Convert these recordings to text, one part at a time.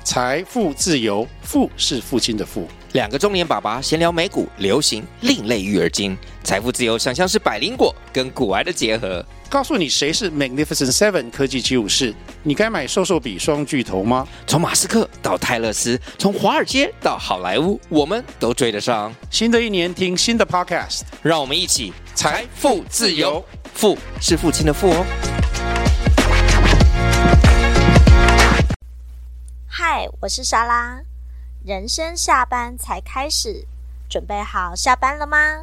财富自由，富是父亲的富。 两个中年爸爸闲聊美股、流行、另类育儿经。财富自由想象是百灵果跟股癌的结合。 告诉你谁是 Magnificent Seven 科技75士，你该买瘦瘦比双巨头吗？ 从马斯克到泰勒斯，从华尔街到好莱坞，我们都追得上。 新的一年听新的 Podcast， 让我们一起财富自由， 富是父亲的富哦。 嗨，我是莎拉。人生下班才开始，准备好下班了吗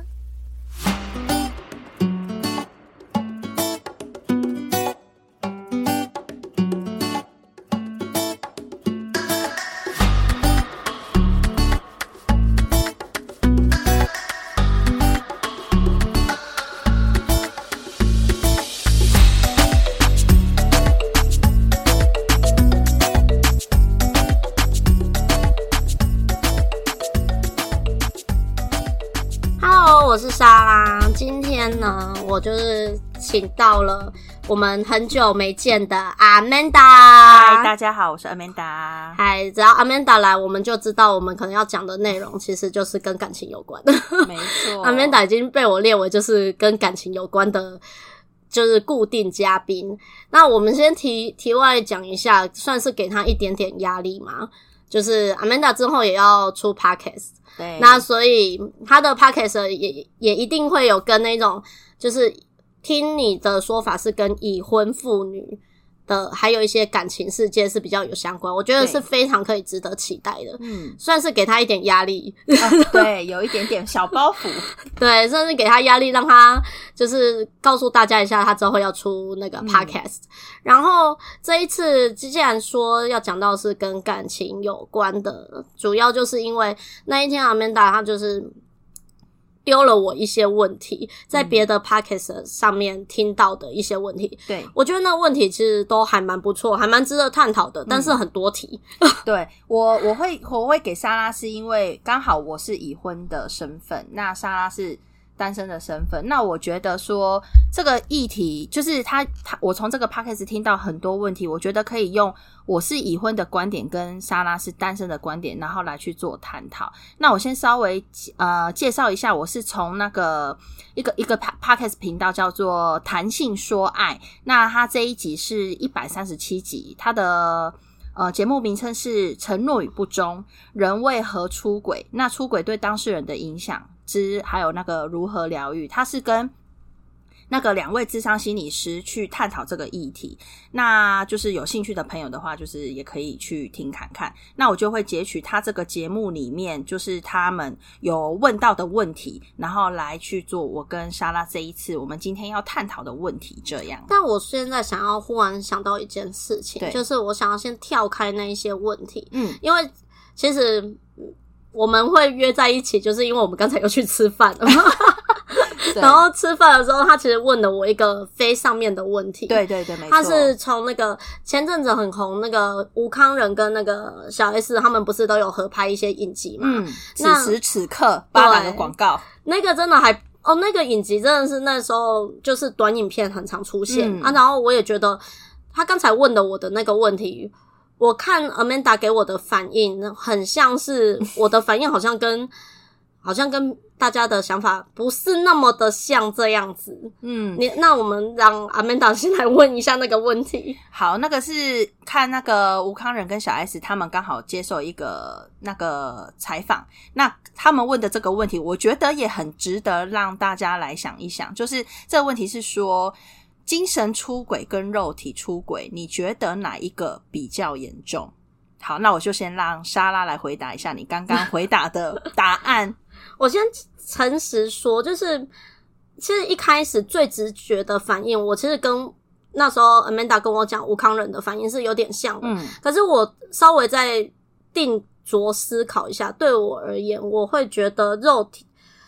？Hello， 我是莎拉。今天呢，我就是请到了我们很久没见的 Amanda。 嗨，大家好，我是 Amanda。 嗨，只要 Amanda 来，我们就知道我们可能要讲的内容其实就是跟感情有关的。 没错 ，Amanda 已经被我列为就是跟感情有关的，就是固定嘉宾。那我们先题外讲一下，算是给他一点点压力嘛。就是 Amanda 之后也要出 Podcast。 对， 那所以他的 podcast 也一定会有跟那种，就是听你的说法是跟已婚妇女的，还有一些感情世界是比较有相关，我觉得是非常可以值得期待的。算是给他一点压力。 对，有一点点小包袱。 对，算是给他压力，让他就是告诉大家一下他之后要出那个 podcast。然后这一次既然说要讲到是跟感情有关的，主要就是因为那一天 Amanda 她就是丢了我一些问题，在别的 podcast 上面听到的一些问题。 对， 我觉得那个问题其实都还蛮不错，还蛮值得探讨的，但是很多题。 对，我会给莎拉，是因为刚好我是已婚的身份，那莎拉是单身的身份。那我觉得说这个议题就是我从这个 podcast 听到很多问题，我觉得可以用我是已婚的观点跟莎拉是单身的观点，然后来去做探讨。那我先稍微介绍一下，我是从那个一个 podcast 频道叫做谈性说爱，那它这一集是137集，它的节目名称是承诺与不忠，人为何出轨，那出轨对当事人的影响还有那个如何疗愈，它是跟那个2位諮商心理师去探讨这个议题。那就是有兴趣的朋友的话，就是也可以去听看看。那我就会截取他这个节目里面就是他们有问到的问题，然后来去做我跟莎拉这一次我们今天要探讨的问题这样。 但我现在忽然想到一件事情，就是我想要先跳开那一些问题。因为其实我们会约在一起，就是因为我们刚才又去吃饭了嘛。然后吃饭的时候，他其实问了我一个非上面的问题。 对对对，没错。 他是从那个前阵子很红那个吴康仁跟那个小 S 他们不是都有合拍一些影集嘛？ 此时此刻800个广告， 那个真的还那个影集真的是那时候就是短影片很常出现然后我也觉得他刚才问的我的那个问题，我看 Amanda 给我的反应很像是我的反应好像跟大家的想法不是那么的像这样子。那我们让 Amanda 先来问一下那个问题。 好，那个是看那个吴康仁跟小 S 他们刚好接受一个那个采访，那他们问的这个问题我觉得也很值得让大家来想一想，就是这个问题是说精神出轨跟肉体出轨，你觉得哪一个比较严重？好，那我就先让莎拉来回答一下你刚刚回答的答案。 我先诚实说，就是其实一开始最直觉的反应，我其实跟那时候 Amanda 跟我讲吴康仁的反应是有点像的。可是我稍微再定着思考一下，对我而言，我会觉得肉体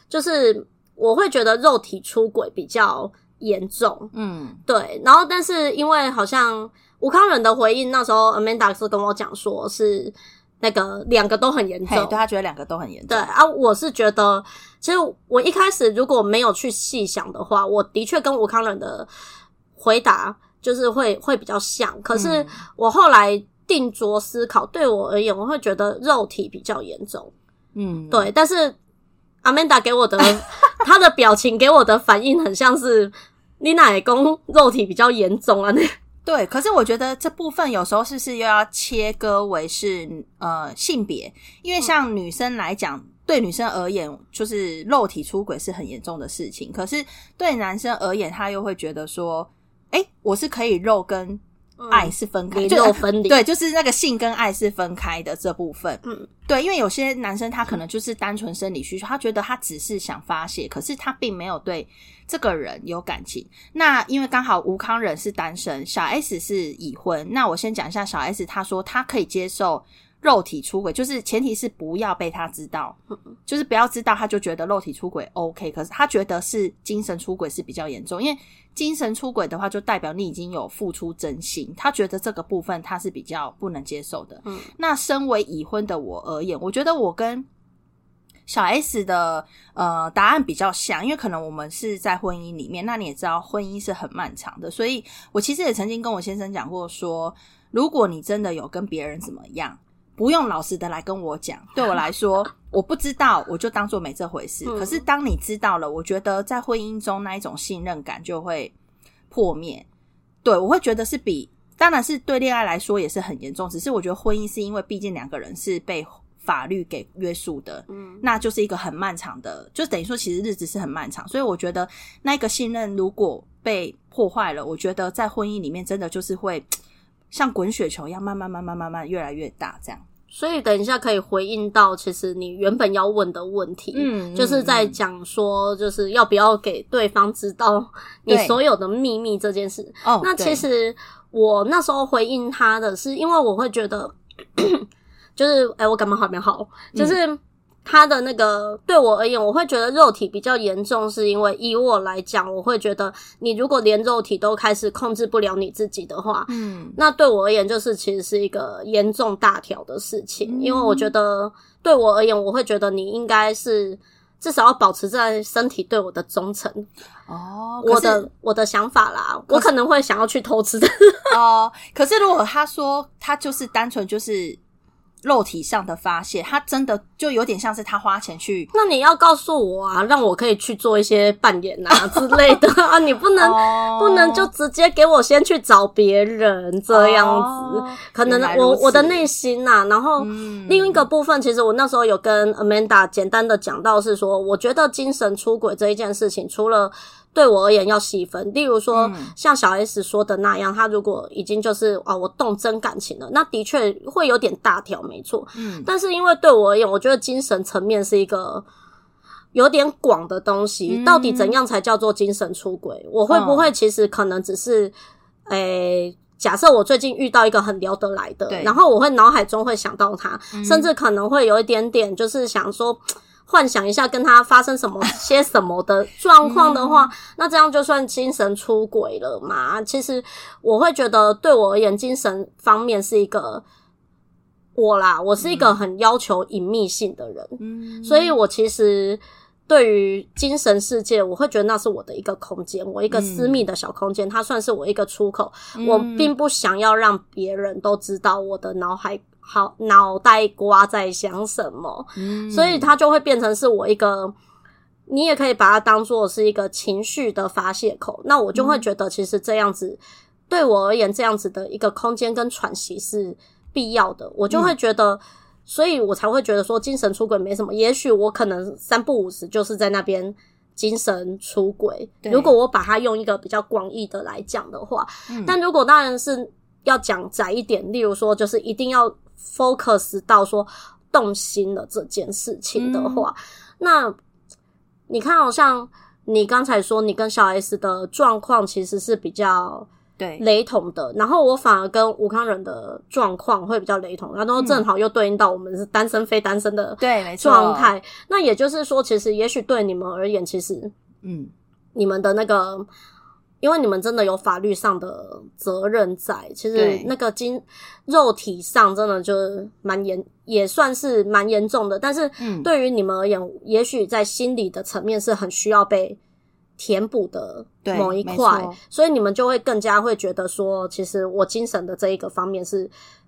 出轨比较严重。对。然后但是因为好像吴康仁的回应，那时候 Amanda 是跟我讲说是那个2个都很严重。 对，他觉得2个都很严重。 对啊，我是觉得其实我一开始如果没有去细想的话，我的确跟吴康仁的回答就是会比较像，可是我后来定着思考，对我而言，我会觉得肉体比较严重。对，但是 Amanda 给我的她的表情给我的反应很像是你哪公肉体比较严重啊？ 对，可是我觉得这部分有时候是不是又要切割为是性别，因为像女生来讲，对女生而言就是肉体出轨是很严重的事情，可是对男生而言他又会觉得说我是可以肉跟爱是分开， 肉分离， 对，就是那个性跟爱是分开的这部分。对，因为有些男生他可能就是单纯生理需求，他觉得他只是想发泄，可是他并没有对这个人有感情。那因为刚好吴康仁是单身，小 S 是已婚，那我先讲一下小 S， 他说他可以接受肉体出轨，就是前提是不要被他知道，就是不要知道他就觉得肉体出轨 OK， 可是他觉得是精神出轨是比较严重，因为精神出轨的话就代表你已经有付出真心，他觉得这个部分他是比较不能接受的。那身为已婚的我而言，我觉得我跟小 S 的答案比较像，因为可能我们是在婚姻里面，那你也知道婚姻是很漫长的，所以我其实也曾经跟我先生讲过说，如果你真的有跟别人怎么样，不用老实的来跟我讲，对我来说我不知道我就当作没这回事，可是当你知道了，我觉得在婚姻中那一种信任感就会破灭。对，我会觉得是比，当然是对恋爱来说也是很严重，只是我觉得婚姻是因为毕竟两个人是被法律给约束的，那就是一个很漫长的，就等于说其实日子是很漫长，所以我觉得那个信任如果被破坏了，我觉得在婚姻里面真的就是会像滚雪球一样慢慢越来越大这样。 所以等一下可以回应到其实你原本要问的问题，就是在讲说就是要不要给对方知道你所有的秘密这件事。那其实我那时候回应他的是因为我会觉得就是我感冒还没好，就是他的那个对我而言，我会觉得肉体比较严重，是因为以我来讲，我会觉得你如果连肉体都开始控制不了你自己的话，那对我而言就是其实是一个严重大条的事情，因为我觉得对我而言，我会觉得你应该是至少要保持在身体对我的忠诚。我的想法啦，我可能会想要去偷吃的可是如果他说他就是单纯就是肉体上的发泄，他真的就有点像是他花钱去， 那你要告诉我啊，让我可以去做一些扮演啊之类的啊，你不能就直接给我先去找别人这样子，可能我的内心啊，然后另一个部分，其实我那时候有跟 Amanda 简单的讲到是说，我觉得精神出轨这一件事情，除了对我而言要细分，例如说像小 S 说的那样，他如果已经就是我动真感情了，那的确会有点大条没错，但是因为对我而言，我觉得精神层面是一个有点广的东西，到底怎样才叫做精神出轨？我会不会其实可能只是假设我最近遇到一个很聊得来的，然后我会脑海中会想到他，甚至可能会有一点点就是想说幻想一下跟他发生些什么的状况的话，那这样就算精神出轨了嘛？其实我会觉得对我而言，精神方面是一个我是一个很要求隐秘性的人，所以我其实对于精神世界，我会觉得那是我的一个空间，我一个私密的小空间，它算是我一个出口，我并不想要让别人都知道我的脑袋瓜在想什么，所以它就会变成是我一个，你也可以把它当作是一个情绪的发泄口，那我就会觉得其实这样子对我而言，这样子的一个空间跟喘息是必要的，我就会觉得所以我才会觉得说精神出轨没什么，也许我可能3不5时就是在那边精神出轨，如果我把它用一个比较广义的来讲的话，但如果当然是要讲窄一点，例如说就是一定要 focus 到说动心了这件事情的话，那你看好像你刚才说你跟小 S 的状况其实是比较雷同的，然后我反而跟吴康仁的状况会比较雷同，然后正好又对应到我们是单身非单身的状态，那也就是说其实也许对你们而言，其实你们的那个因为你们真的有法律上的责任在，其实那个肉体上真的就是也算是蛮严重的，但是对于你们而言，也许在心理的层面是很需要被填补的某一块，所以你们就会更加会觉得说，其实我精神的这一个方面是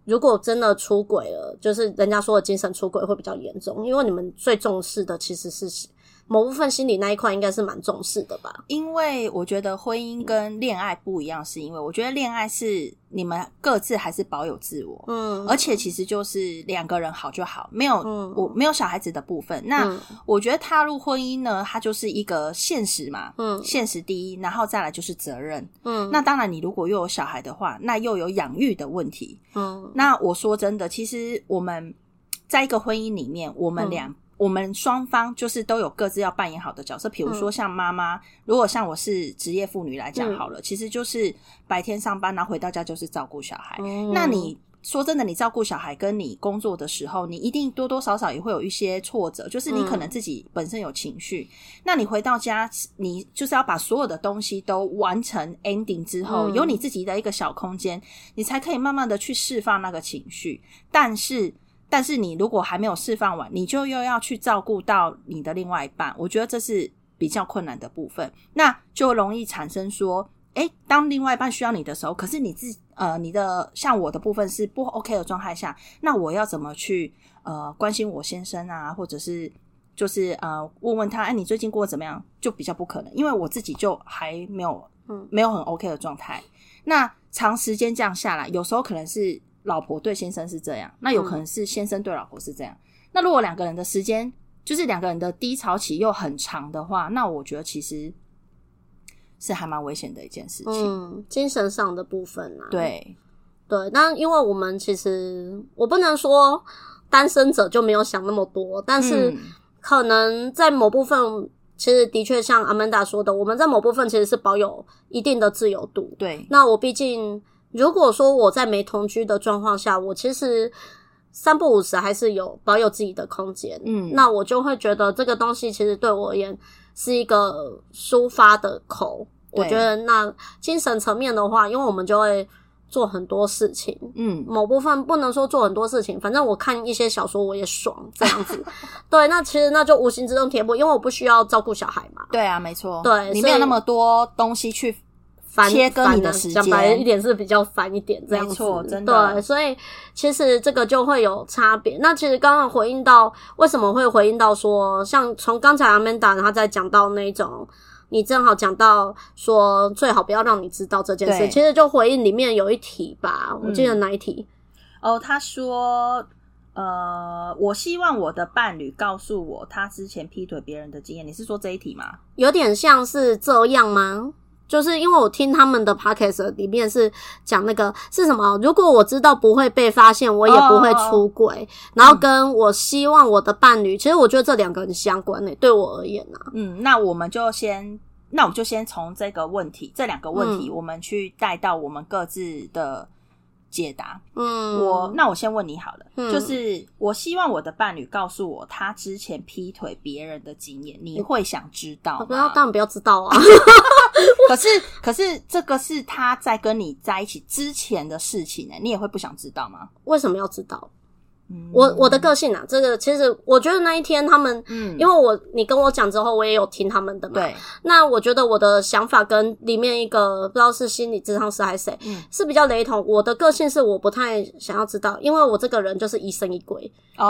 如果真的出轨了，就是人家说的精神出轨会比较严重，因为你们最重视的其实是某部分心理那一块应该是蛮重视的吧。 因为我觉得婚姻跟恋爱不一样，是因为我觉得恋爱是你们各自还是保有自我，而且其实就是两个人好就好，没有我没有小孩子的部分。那我觉得踏入婚姻呢，它就是一个现实嘛，现实第一，然后再来就是责任。那当然你如果又有小孩的话，那又有养育的问题。那我说真的，其实我们在一个婚姻里面，我们双方就是都有各自要扮演好的角色，比如说像妈妈，如果像我是职业妇女来讲好了，其实就是白天上班，然后回到家就是照顾小孩。那你说真的，你照顾小孩跟你工作的时候，你一定多多少少也会有一些挫折，就是你可能自己本身有情绪，那你回到家，你就是要把所有的东西都完成 ending 之后，有你自己的一个小空间，你才可以慢慢的去释放那个情绪。但是你如果还没有释放完，你就又要去照顾到你的另外一半，我觉得这是比较困难的部分。那就容易产生说，当另外一半需要你的时候，可是你的像我的部分是不 OK 的状态下，那我要怎么去关心我先生啊，或者是就是问问他，你最近过得怎么样，就比较不可能，因为我自己就还没有很 OK 的状态。那长时间这样下来，有时候可能是老婆对先生是这样，那有可能是先生对老婆是这样。那如果两个人的时间就是两个人的低潮期又很长的话，那我觉得其实是还蛮危险的一件事情。 精神上的部分啊， 对， 那因为我们其实我不能说单身者就没有想那么多，但是可能在某部分其实的确像 Amanda 说的，我们在某部分其实是保有一定的自由度。 对， 那我毕竟如果说我在没同居的状况下，我其实3不5时还是保有自己的空间。那我就会觉得这个东西其实对我而言是一个抒发的口。我觉得那精神层面的话，因为我们就会做很多事情，某部分不能说做很多事情，反正我看一些小说我也爽这样子。对，那其实那就无形之中填补，因为我不需要照顾小孩嘛。 对啊，没错。 对， 你没有那么多东西去切割你的时间， 讲白一点是比较烦一点这样子。 没错，真的。 对，所以其实这个就会有差别。那其实刚刚回应到为什么会回应到说，像从刚才 Amanda 他在讲到那种，你正好讲到说最好不要让你知道这件事，其实就回应里面有一题吧，我记得哪一题？ 他说我希望我的伴侣告诉我他之前劈腿别人的经验。你是说这一题吗？ 有点像是这样吗？就是因为我听他们的 podcast 里面是讲那个是什么，如果我知道不会被发现，我也不会出轨，然后跟我希望我的伴侣，其实我觉得这两个很相关对我而言啊。 那我们就先从这两个问题，我们去带到我们各自的解答。那我先问你好了，就是我希望我的伴侣告诉我他之前劈腿别人的经验，你会想知道吗？ 当然不要知道啊。 可是这个是他在跟你在一起之前的事情你也会不想知道吗？ 为什么要知道？我的个性啊，这个其实我觉得那一天他们，因为你跟我讲之后，我也有听他们的嘛。对。那我觉得我的想法跟里面一个不知道是心理咨商师还是谁，是比较雷同。我的个性是我不太想要知道，因为我这个人就是疑神疑鬼。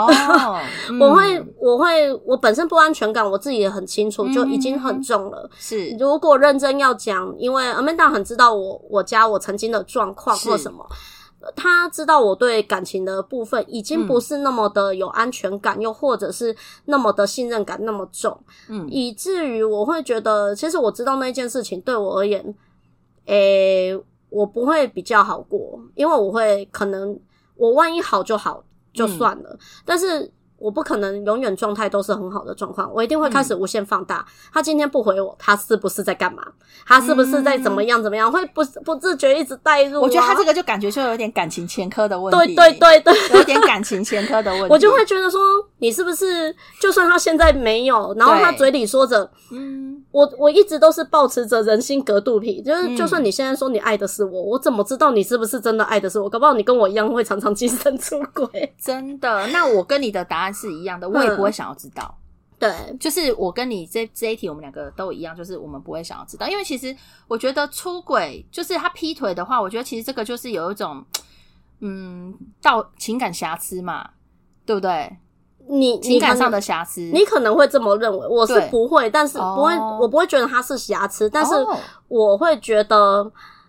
我本身不安全感，我自己也很清楚，就已经很重了。是。如果认真要讲，因为 Amanda 很知道我家我曾经的状况或什么。他知道我对感情的部分已经不是那么的有安全感，又或者是那么的信任感那么重，以至于我会觉得其实我知道那件事情对我而言我不会比较好过，因为我会可能我万一好就好就算了，但是我不可能永远状态都是很好的状况，我一定会开始无限放大。他今天不回我，他是不是在干嘛？他是不是在怎么样？会不自觉一直带入我觉得他这个就感觉就有点感情前科的问题。 对， 有点感情前科的问题。 我就会觉得说，你是不是就算他现在没有，然后他嘴里说着，我一直都是抱持着人心隔肚皮，就是就算你现在说你爱的是我怎么知道你是不是真的爱的是我？搞不好你跟我一样会常常精神出轨。 真的，那我跟你的答案是一样的，我也不会想要知道。对，就是我跟你这一题我们两个都一样，就是我们不会想要知道，因为其实我觉得出轨就是他劈腿的话，我觉得其实这个就是有一种到情感瑕疵嘛，对不对？ 你情感上的瑕疵， 你可能会这么认为，我是不会，但是不会，我不会觉得它是瑕疵，但是我会觉得，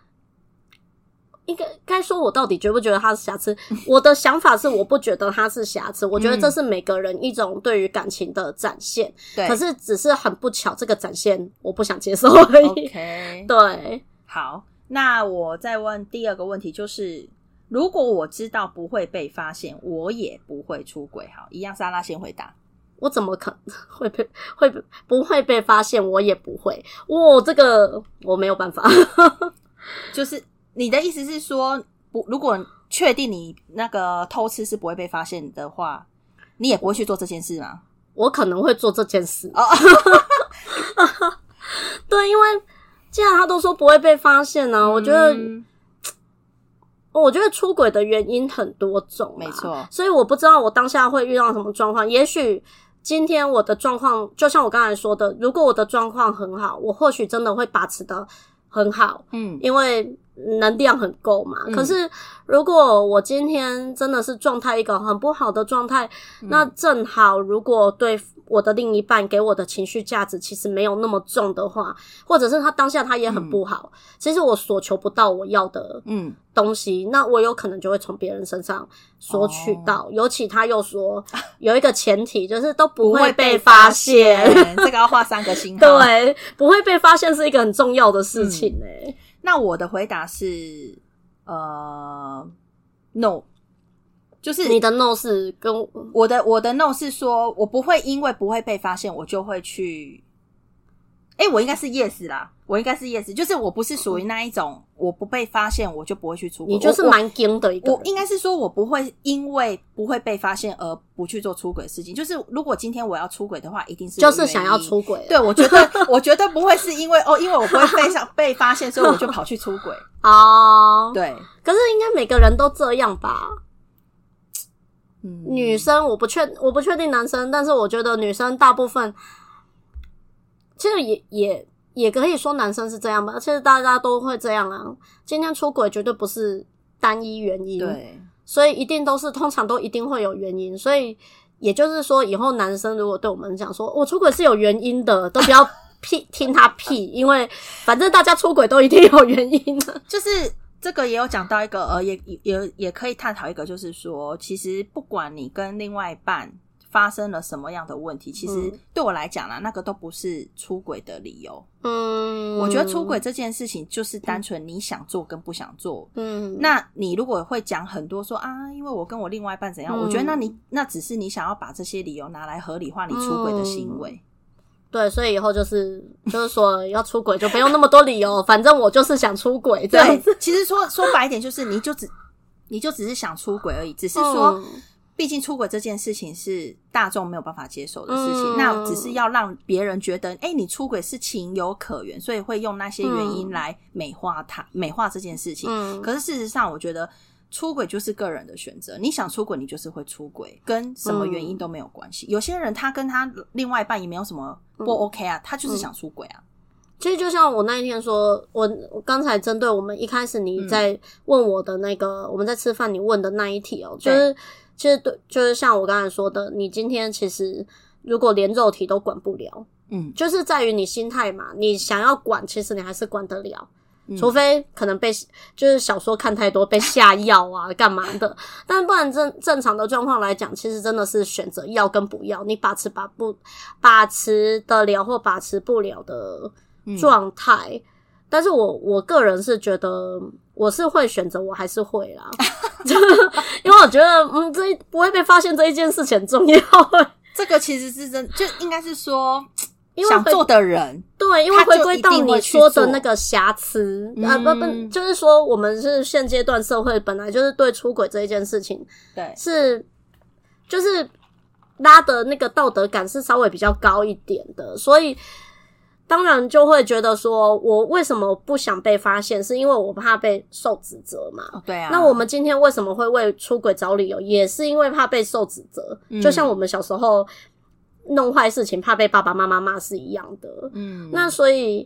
该说我到底觉不觉得它是瑕疵？我的想法是，我不觉得它是瑕疵，我觉得这是每个人一种对于感情的展现，可是只是很不巧，这个展现我不想接受而已。 OK， 对， 好，那我再问第二个问题，就是如果我知道不会被发现，我也不会出轨。好，一样，莎拉先回答。 我怎么可能不会被发现？我也不会。这个我没有办法。 就是你的意思是说，如果确定你那个偷吃是不会被发现的话，你也不会去做这件事吗？ 我可能会做这件事。对，因为既然他都说不会被发现呢，我觉得出轨的原因很多种， 没错， 所以我不知道我当下会遇到什么状况。也许今天我的状况，就像我刚才说的，如果我的状况很好，我或许真的会把持得很好，因为能量很够嘛。可是如果我今天真的是状态一个很不好的状态，那正好如果对我的另一半给我的情绪价值其实没有那么重的话，或者是他当下他也很不好，其实我所求不到我要的东西，那我有可能就会从别人身上索取到。尤其他又说有一个前提就是都不会被发现， 这个要画3个星号。 对，不会被发现是一个很重要的事情那我的回答是no， 就是你的 no 是跟我的 no 是说我不会因为不会被发现我就会去我应该是 yes 啦，我应该是 yes， 就是我不是属于那一种我不被发现我就不会去出轨， 你就是蛮硬的一个人。 我应该是说我不会因为不会被发现而不去做出轨的事情，就是如果今天我要出轨的话一定是就是想要出轨。 对，我觉得不会是因为因为我不会被发现所以我就跑去出轨对， 可是应该每个人都这样吧。女生我不确定男生，但是我觉得女生大部分其实也可以说男生是这样吧，其实大家都会这样啊。今天出轨绝对不是单一原因， 对， 所以通常都一定会有原因。所以也就是说，以后男生如果对我们讲说我出轨是有原因的，都不要听他屁，因为反正大家出轨都一定有原因的。 就是这个也有讲到一个也可以探讨一个，就是说其实不管你跟另外一半发生了什么样的问题，其实对我来讲啦，那个都不是出轨的理由。我觉得出轨这件事情就是单纯你想做跟不想做。那你如果会讲很多说因为我跟我另外一半怎样，我觉得那只是你想要把这些理由拿来合理化你出轨的行为。 对，所以以后就是说要出轨就不用那么多理由，反正我就是想出轨这样子。 对，其实说白一点就是你就只是想出轨而已，只是说毕竟出轨这件事情是大众没有办法接受的事情，那只是要让别人觉得你出轨是情有可原，所以会用那些原因来美化这件事情。可是事实上我觉得出轨就是个人的选择，你想出轨你就是会出轨，跟什么原因都没有关系。有些人他跟他另外一半也没有什么不 OK 啊，他就是想出轨啊。 其实就像我那一天说，我刚才针对我们一开始你在问我的那个我们在吃饭你问的那一题就是其实对，就是像我刚才说的，你今天其实如果连肉体都管不了，就是在于你心态嘛，你想要管其实你还是管得了，除非可能就是小说看太多被下药啊干嘛的，但不然正常的状况来讲，其实真的是选择要跟不要，你把持得了或把持不了的状态。但是我个人是觉得我是会选择，我还是会啦因为我觉得这不会被发现这一件事情很重要这个其实是就应该是说想做的人， 对，因为回归到你说的那个瑕疵不，就是说我们是现阶段社会本来就是对出轨这一件事情，对，是就是拉的那个道德感是稍微比较高一点的，所以当然就会觉得说我为什么不想被发现，是因为我怕被受指责嘛。 对啊。 那我们今天为什么会为出轨找理由，也是因为怕被受指责，就像我们小时候弄坏事情怕被爸爸妈妈骂是一样的。那所以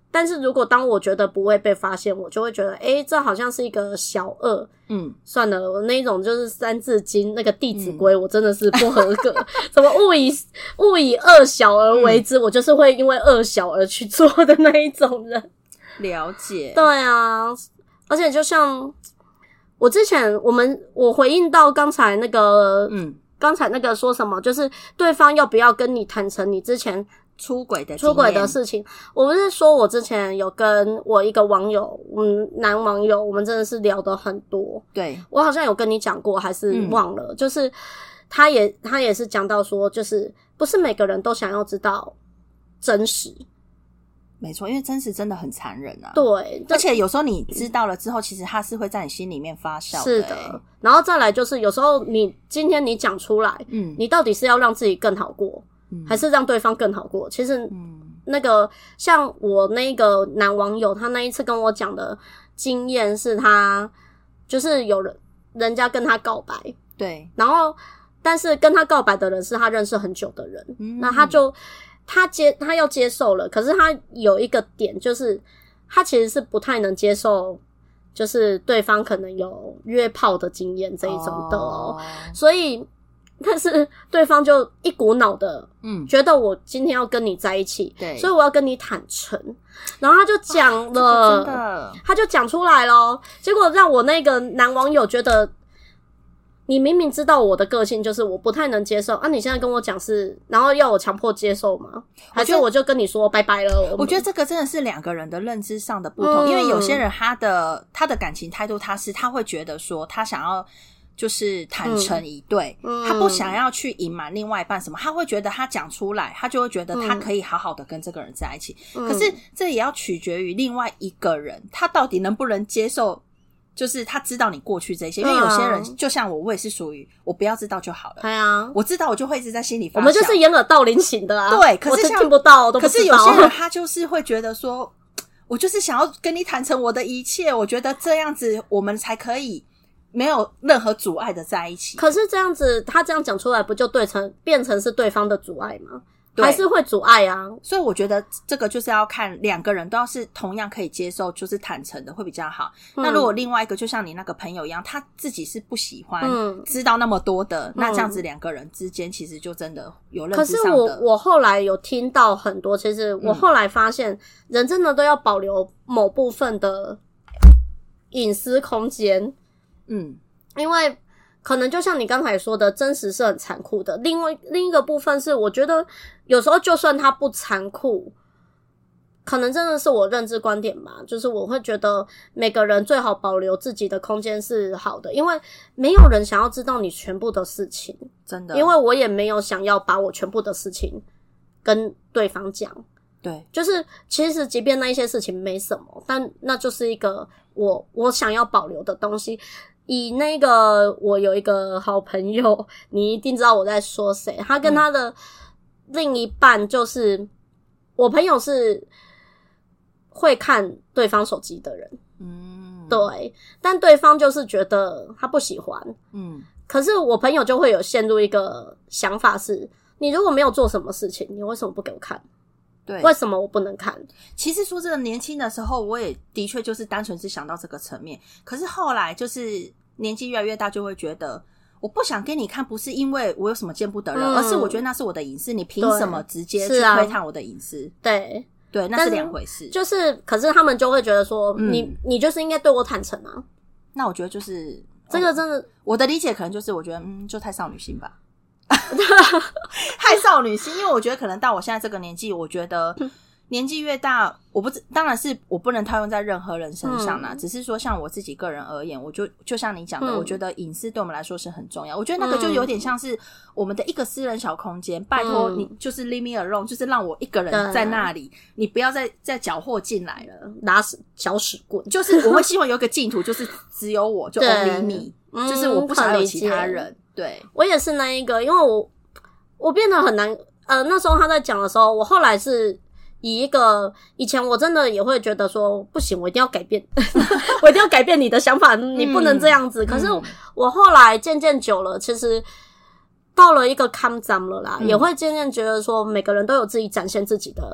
但是如果当我觉得不会被发现，我就会觉得这好像是一个小恶，算了，我那种就是三字经那个弟子规，我真的是不合格什么勿以恶小而为之，我就是会因为恶小而去做的那一种人。 了解。 对啊，而且就像我之前我回应到刚才那个说什么，就是对方要不要跟你坦诚你之前出轨的事情。我不是说我之前有跟我一个网友男网友，我们真的是聊得很多， 对， 我好像有跟你讲过还是忘了，就是他也是讲到说，就是不是每个人都想要知道真实。 没错，因为真实真的很残忍啊。 对， 而且有时候你知道了之后，其实它是会在你心里面发酵的。 是的，然后再来就是有时候今天你讲出来，你到底是要让自己更好过，还是让对方更好过？其实那个像我那个男网友，他那一次跟我讲的经验是他就是有人家跟他告白， 对， 然后但是跟他告白的人是他认识很久的人，那他要接受了，可是他有一个点，就是他其实是不太能接受，就是对方可能有约炮的经验这一种的所以但是对方就一股脑的觉得我今天要跟你在一起，对，所以我要跟你坦诚，然后他就讲了，真的，他就讲出来咯，结果让我那个男网友觉得，你明明知道我的个性就是我不太能接受啊，你现在跟我讲是，然后要我强迫接受吗？还是我就跟你说拜拜了？ 我觉得这个真的是两个人的认知上的不同，因为有些人他的感情态度他会觉得说他想要就是坦诚以对，他不想要去隐瞒另外一半什么，他会觉得他讲出来，他就会觉得他可以好好的跟这个人在一起。可是这也要取决于另外一个人，他到底能不能接受。就是他知道你过去这些，因为有些人就像我也是属于我不要知道就好了。对啊，我知道我就会一直在心里发酵。 我们就是掩耳盗铃型的啊。 对，可是听不到，都不知道。 可是有些人他就是会觉得说，我就是想要跟你坦诚我的一切，我觉得这样子我们才可以没有任何阻碍的在一起。 可是这样子，他这样讲出来，不就变成是对方的阻碍吗？还是会阻碍啊。 所以我觉得这个就是要看两个人都要是同样可以接受，就是坦诚的会比较好。那如果另外一个就像你那个朋友一样，他自己是不喜欢知道那么多的，那这样子两个人之间其实就真的有认知上的。 可是我后来有听到很多，其实我后来发现人真的都要保留某部分的隐私空间。因为可能就像你刚才说的，真实是很残酷的。另一个部分是，我觉得有时候就算它不残酷，可能真的是我认知观点吧，就是我会觉得每个人最好保留自己的空间是好的，因为没有人想要知道你全部的事情， 真的。 因为我也没有想要把我全部的事情跟对方讲。 对， 就是其实即便那一些事情没什么，但那就是一个我想要保留的东西。以那个我有一个好朋友，你一定知道我在说谁，他跟他的另一半就是我朋友是会看对方手机的人，对，但对方就是觉得他不喜欢，可是我朋友就会有陷入一个想法是，你如果没有做什么事情，你为什么不给我看？对，为什么我不能看？ 其实说这个年轻的时候，我也的确就是单纯是想到这个层面，可是后来就是年纪越来越大，就会觉得我不想给你看，不是因为我有什么见不得人，而是我觉得那是我的隐私，你凭什么直接去窥探我的隐私？ 对， 对，那是两回事。 就是，可是他们就会觉得说，你就是应该对我坦诚啊。 那我觉得就是这个真的， 我的理解可能就是，我觉得就太少女心吧。太少女心，因为我觉得可能到我现在这个年纪，我觉得年纪越大，当然是我不能套用在任何人身上啦，只是说像我自己个人而言，我就像你讲的，我觉得隐私对我们来说是很重要。我觉得那个就有点像是我们的一个私人小空间，拜托你就是 leave me alone， 就是让我一个人在那里，你不要再搅和进来了， 拿小屎棍。 就是我会希望有一个净土，就是只有我，就 only me，就是我不想有其他人。对， 我也是那一个，因为我变得很难。那时候他在讲的时候，我后来是以一个以前我真的也会觉得说不行，我一定要改变，我一定要改变你的想法，你不能这样子。可是我后来渐渐久了，其实到了一个看涨了啦，也会渐渐觉得说每个人都有自己展现自己的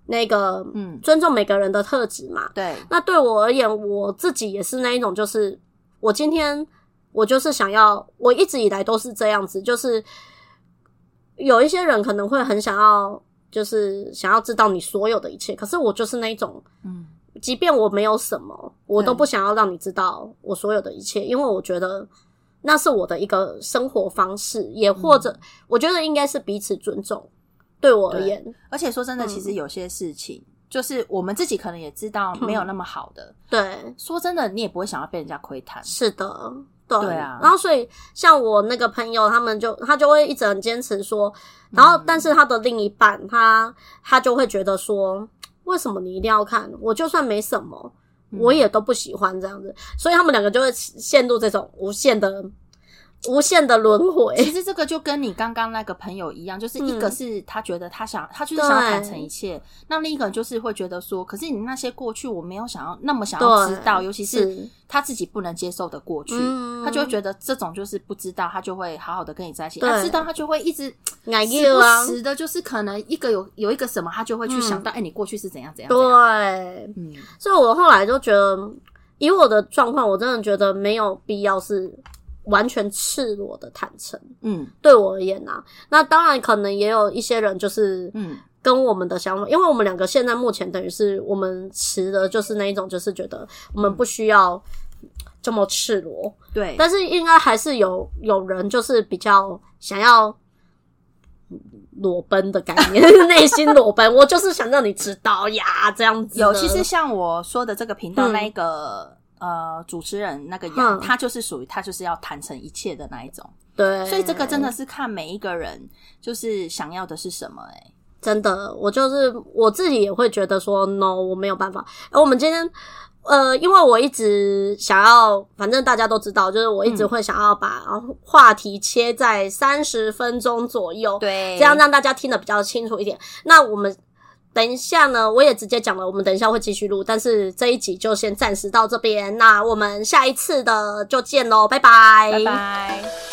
那个尊重每个人的特质嘛。 对， 那对我而言，我自己也是那一种，就是我今天我就是想要，我一直以来都是这样子，就是有一些人可能会很想要，就是想要知道你所有的一切，可是我就是那一种，即便我没有什么，我都不想要让你知道我所有的一切，因为我觉得那是我的一个生活方式，也或者我觉得应该是彼此尊重，对我而言。 而且说真的，其实有些事情就是我们自己可能也知道没有那么好的， 对， 说真的你也不会想要被人家窥探。 是的，对啊。 然后所以像我那个朋友他就会一直很坚持说，然后但是他的另一半他就会觉得说，为什么你一定要看？我就算没什么我也都不喜欢这样子，所以他们两个就会陷入这种无限的轮回。 其实这个就跟你刚刚那个朋友一样，就是一个是他觉得他就是想要坦诚一切，那另一个就是会觉得说，可是你那些过去我没有想要知道，尤其是他自己不能接受的过去，他就会觉得这种就是不知道，他就会好好的跟你在一起。他知道他就会一直时不时的，就是可能一个有一个什么，他就会去想到，你过去是怎样怎样。 对，所以我后来就觉得，以我的状况，我真的觉得没有必要是完全赤裸的坦诚，对我而言啊，那当然可能也有一些人就是跟我们的想法，因为我们两个现在目前等于是我们持的就是那一种，就是觉得我们不需要这么赤裸， 对， 但是应该还是有人就是比较想要裸奔的概念，内心裸奔，我就是想让你知道呀，这样子。 有，其实像我说的这个频道那一个。主持人那个杨，他就是属于他就是要坦诚一切的那一种， 对， 所以这个真的是看每一个人就是想要的是什么真的，我就是我自己也会觉得说 no， 我没有办法。我们今天因为我一直想要，反正大家都知道，就是我一直会想要把话题切在30分钟左右， 对， 这样让大家听得比较清楚一点。那我们等一下呢，我也直接讲了，我们等一下会继续录，但是这一集就先暂时到这边，那我们下一次的就见咯，拜拜， 拜拜。